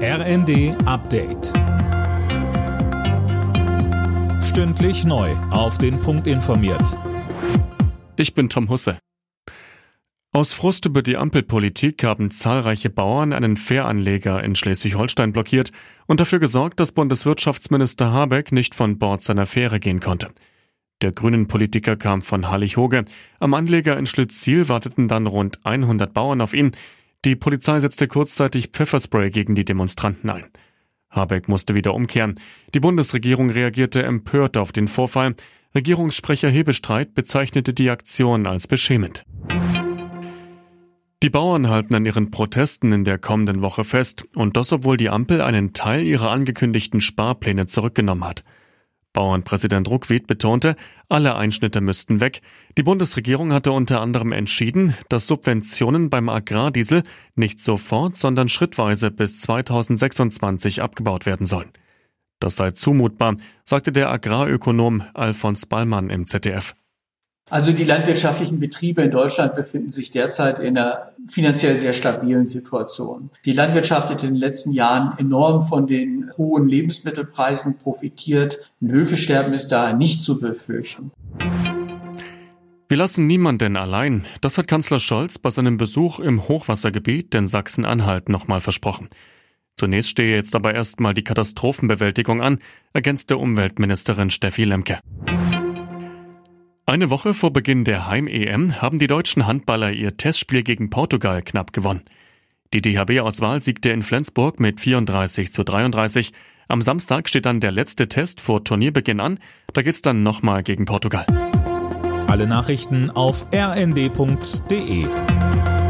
RND Update. Stündlich neu auf den Punkt informiert. Ich bin Tom Husse. Aus Frust über die Ampelpolitik haben zahlreiche Bauern einen Fähranleger in Schleswig-Holstein blockiert und dafür gesorgt, dass Bundeswirtschaftsminister Habeck nicht von Bord seiner Fähre gehen konnte. Der Grünen-Politiker kam von Hallig-Hoge. Am Anleger in Schlitzziel warteten dann rund 100 Bauern auf ihn. Die Polizei setzte kurzzeitig Pfefferspray gegen die Demonstranten ein. Habeck musste wieder umkehren. Die Bundesregierung reagierte empört auf den Vorfall. Regierungssprecher Hebestreit bezeichnete die Aktion als beschämend. Die Bauern halten an ihren Protesten in der kommenden Woche fest, und das, obwohl die Ampel einen Teil ihrer angekündigten Sparpläne zurückgenommen hat. Bauernpräsident Ruckwied betonte, alle Einschnitte müssten weg. Die Bundesregierung hatte unter anderem entschieden, dass Subventionen beim Agrardiesel nicht sofort, sondern schrittweise bis 2026 abgebaut werden sollen. Das sei zumutbar, sagte der Agrarökonom Alfons Ballmann im ZDF. Also die landwirtschaftlichen Betriebe in Deutschland befinden sich derzeit in einer finanziell sehr stabilen Situation. Die Landwirtschaft hat in den letzten Jahren enorm von den hohen Lebensmittelpreisen profitiert. Ein Höfesterben ist daher nicht zu befürchten. Wir lassen niemanden allein. Das hat Kanzler Scholz bei seinem Besuch im Hochwassergebiet in Sachsen-Anhalt nochmal versprochen. Zunächst stehe jetzt aber erstmal die Katastrophenbewältigung an, ergänzte Umweltministerin Steffi Lemke. Eine Woche vor Beginn der Heim-EM haben die deutschen Handballer ihr Testspiel gegen Portugal knapp gewonnen. Die DHB-Auswahl siegte in Flensburg mit 34:33. Am Samstag steht dann der letzte Test vor Turnierbeginn an. Da geht's dann nochmal gegen Portugal. Alle Nachrichten auf rnd.de.